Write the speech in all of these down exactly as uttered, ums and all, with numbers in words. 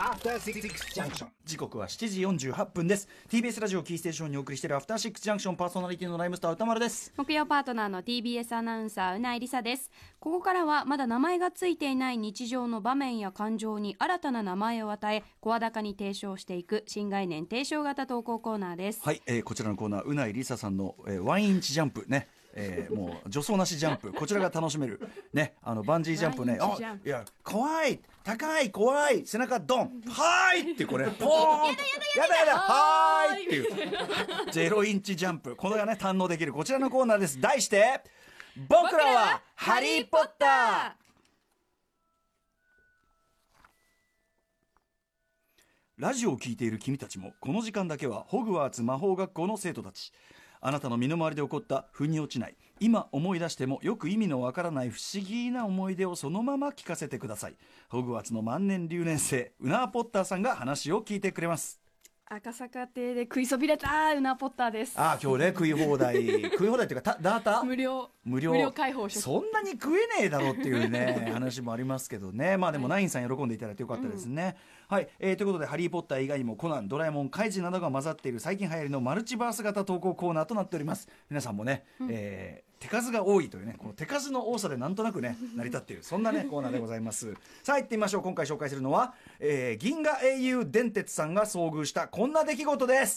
アフターシックスジャンクション。 時刻はしちじよんじゅうはっぷんです。 ティービーエス ラジオキーステーションにお送りしているアフターシックスジャンクション、パーソナリティのライムスター歌丸です。 木曜パートナーの ティービーエス アナウンサーうないりさです。ここからはまだ名前がついていない日常の場面や感情に新たな名前を与え声高に提唱していく新概念提唱型投稿コーナーです。 はい、えー、こちらのコーナーうないりささんの、えー、ワンインチジャンプね、えー、もう助走なしジャンプこちらが楽しめるね、あのバンジージャンプね、あ、いや怖い高い怖い背中ドンはーいってこれポーンやだやだやだはーいっていうゼロインチジャンプ、これがね堪能できるこちらのコーナーです。題して僕らはハリーポッター。ラジオを聞いている君たちもこの時間だけはホグワーツ魔法学校の生徒たち、あなたの身の回りで起こった腑に落ちない今思い出してもよく意味のわからない不思議な思い出をそのまま聞かせてください。ホグワーツの万年留年生ウナーポッターさんが話を聞いてくれます。 赤坂亭で食いそびれたウナポッターです。 ああ、今日ね食い放題食い放題っていうかたダータ無料無料無料開放、 そんなに食えねえだろうっていうね話もありますけどね。まあでもナインさん喜んでいただいてよかったですね、うん、はい、えー、ということでハリーポッター以外にもコナン、ドラえもん、カイジなどが混ざっている最近流行りのマルチバース型投稿コーナーとなっております。皆さんもね、うん、えー手数が多いというね、この手数の多さでなんとなくね成り立っているそんなねコーナーでございます。さあ行ってみましょう。今回紹介するのは、えー、銀河英雄電鉄さんが遭遇したこんな出来事です。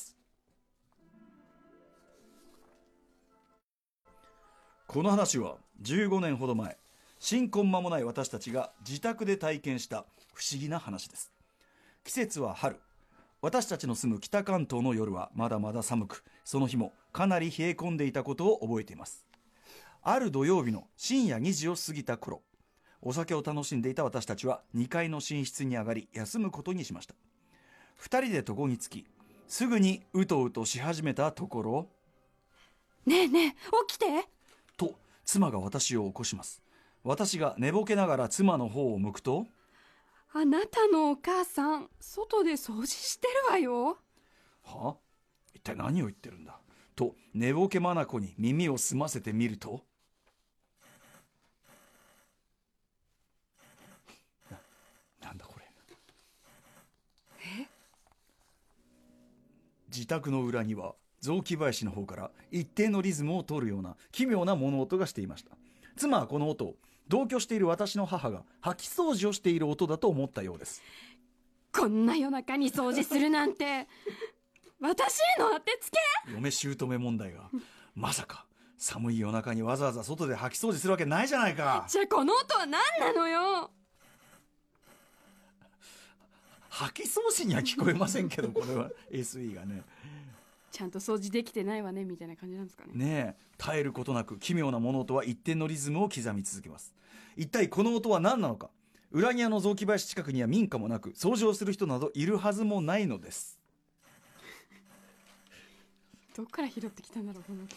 この話はじゅうごねんほど前、新婚間もない私たちが自宅で体験した不思議な話です。季節は春、私たちの住む北関東の夜はまだまだ寒く、その日もかなり冷え込んでいたことを覚えています。ある土曜日の深夜にじを過ぎた頃、お酒を楽しんでいた私たちはにかいの寝室に上がり休むことにしました。ふたりで床につきすぐにうとうとし始めたところ、 ねえねえ起きてと妻が私を起こします。私が寝ぼけながら妻の方を向くと、 あなたのお母さん外で掃除してるわよ。 はあ、一体何を言ってるんだと寝ぼけ眼に耳を澄ませてみると、な、なんだこれ。 え？ 自宅の裏には雑木林の方から一定のリズムを取るような奇妙な物音がしていました。妻はこの音を同居している私の母が掃き掃除をしている音だと思ったようです。 こんな夜中に掃除するなんて私への当てつけ。 嫁姑問題がまさか寒い夜中にわざわざ外で掃き掃除するわけないじゃないか。 じゃあこの音は何なのよ。 掃き掃除には聞こえませんけどこれは エスイー がねちゃんと掃除できてないわねみたいな感じなんですかね。 ねえ、絶えることなく奇妙な物音は一定のリズムを刻み続けます。一体この音は何なのか。裏庭の雑木林近くには民家もなく掃除をする人などいるはずもないのです。 どっから拾ってきたんだろうこの音。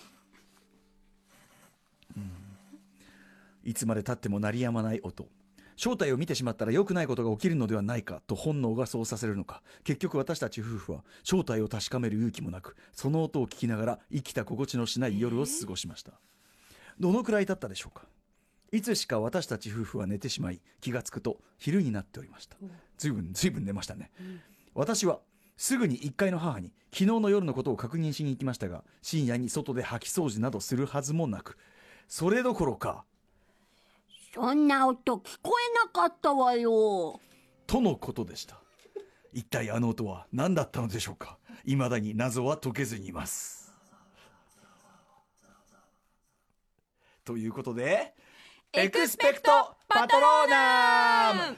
うん、いつまで経っても鳴りやまない音。正体を見てしまったら良くないことが起きるのではないかと本能がそうさせるのか、結局私たち夫婦は正体を確かめる勇気もなくその音を聞きながら生きた心地のしない夜を過ごしました。どのくらい経ったでしょうか。いつしか私たち夫婦は寝てしまい気がつくと昼になっておりました。ずいぶんずいぶん寝ましたね、うん、私はすぐにいっかいの母に昨日の夜のことを確認しに行きましたが、深夜に外で掃き掃除などするはずもなく、それどころかそんな音聞こえなかったわよとのことでした。一体あの音は何だったのでしょうか。未だに謎は解けずにいます。ということでエクスペクトパトローナム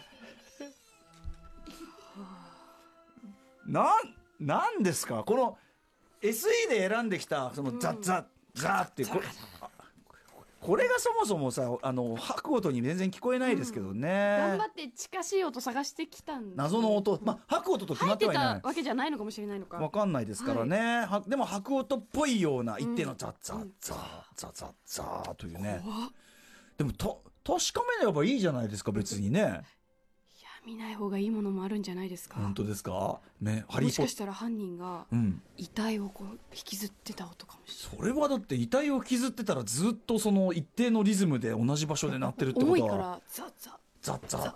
なんなんですかこの エスイー で選んできたそのザッザッザーってこれこれがそもそもさ、あの吐く音に全然聞こえないですけどね、 うん、頑張って近しい音探してきたんだ。 謎の音、まあ、吐く音と決まってはいない。 吐いてたわけじゃないのかもしれないのか分かんないですからね、はい、でも吐く音っぽいような一定のザッザッザッザッザッザーというね、でもと確かめればいいじゃないですか別にね。 見ない方がいいものもあるんじゃないですか。 本当ですか、ね、 もしかしたら犯人が遺体をこう引きずってた音かもしれない、 うん、それはだって遺体を引きずってたらずっとその一定のリズムで同じ場所で鳴ってるってことは重いからザッザッザッザッ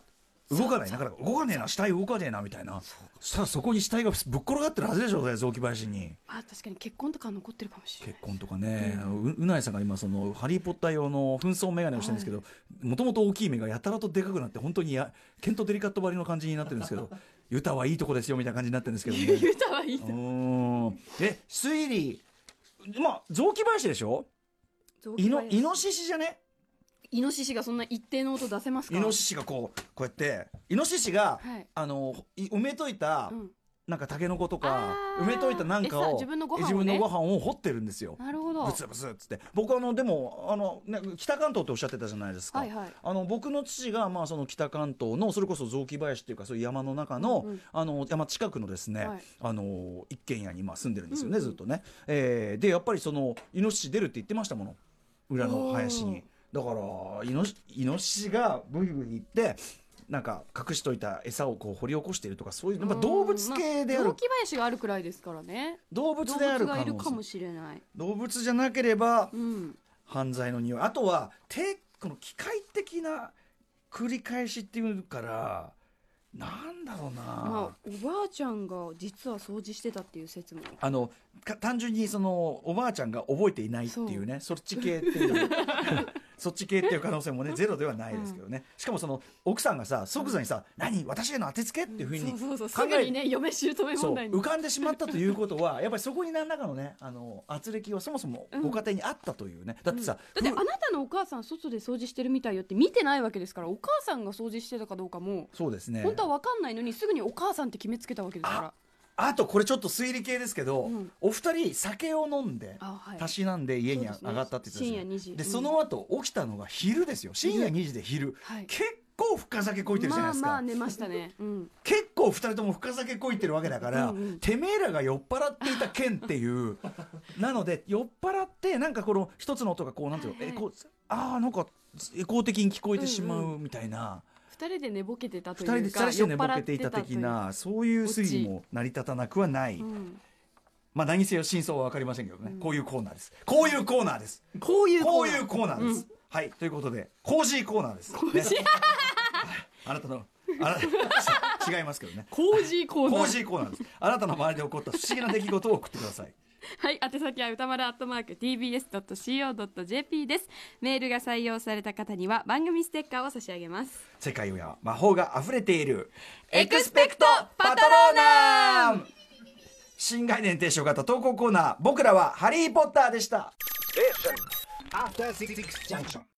動かないなかなか動かねえな死体動かねえなみたいなそしたらそこに死体がぶっ転がってるはずでしょうね雑木林に。 あ確かに結婚とか残ってるかもしれない。 結婚とかね、うん、う, うないさんが今そのハリーポッター用の紛争メガネをしてるんですけどもともと大きい目がやたらとでかくなって本当にやケント・デリカット張りの感じになってるんですけどユタはいいとこですよみたいな感じになってるんですけどねユタはいいとこえ推理まあ雑木林でしょイノイノシシじゃねイノシシがそんな一定の音出せますか。 イノシシがこうこうやってイノシシが、はい、あの埋めといた、うん、なんかタケノコとか埋めといたなんかを自分のご飯を、ね、 自分のご飯を掘ってるんですよ。 なるほど。 ブツブツっつって僕あのでもあの、ね、北関東っておっしゃってたじゃないですか、はいはい、あの僕の父が、まあ、その北関東のそれこそ雑木林っていうかそういう山の中の、うんうん、あの山近くのですね、はい、あの一軒家にまあ住んでるんですよね、うんうん、ずっとね、えー、でやっぱりそのイノシシ出るって言ってましたもの裏の林に。だからイノシ、イノシシがブイブイ行ってなんか隠しといた餌をこう掘り起こしているとかそういうやっぱ動物系である、 まあ、雑木林があるくらいですからね。 動物である可能性動物がいるかもしれない。 動物じゃなければ、 うん、 犯罪の匂い。あとはてこの機械的な繰り返しっていうからなんだろうな、 まあ、おばあちゃんが実は掃除してたっていう説もあの単純にそのおばあちゃんが覚えていないっていうね そ, そっち系っていうそっち系っていう可能性もねゼロではないですけどね、うん、しかもその奥さんがさ即座にさ、うん、何私への当てつけっていうふうに、うん、 そうそうそうすぐにね嫁姑問題に浮かんでしまったということはやっぱりそこに何らかのねあの圧力はそもそもご家庭にあったというね、うん、だってさ、 うん、だってあなたのお母さん外で掃除してるみたいよって見てないわけですからお母さんが掃除してたかどうかもそうですね本当は分かんないのにすぐにお母さんって決めつけたわけですから。 あとこれちょっと推理系ですけど、うん、お二人酒を飲んで、 はい、 たしなんで家に上がったって言ってたんですよ。 深夜にじでその後起きたのが昼ですよ。深夜にじで昼、はい、結構深酒こいてるじゃないですか。 まあまあ寝ましたね、うん、 結構二人とも深酒こいてるわけだからうん、うん、てめえらが酔っ払っていた件っていうなので酔っ払ってなんかこの一つの音がこうなんていうの、はいはい、えこうああなんかエコー的に聞こえてしまうみたいな、うんうんふたりで寝ぼけてたというかふたりで二人で寝ぼけていた的なそういう推理も成り立たなくはない、うん、まあ何せよ真相は分かりませんけどね、うん、こういうコーナーですこういうコーナーですこういうコーナーコーナーです、うん、はいということでコージーコーナーです、ね、あなたのあな違いますけどねコージーコーナーコージーコーナーですあなたの周りで起こった不思議な出来事を送ってくださいはい、宛先は歌丸アットマーク ティービーエスドットシーオードットジェーピー です。メールが採用された方には番組ステッカーを差し上げます。 世界は魔法が溢れているエクスペクトパトローナム新概念提唱型投稿コーナー僕らはハリーポッターでした。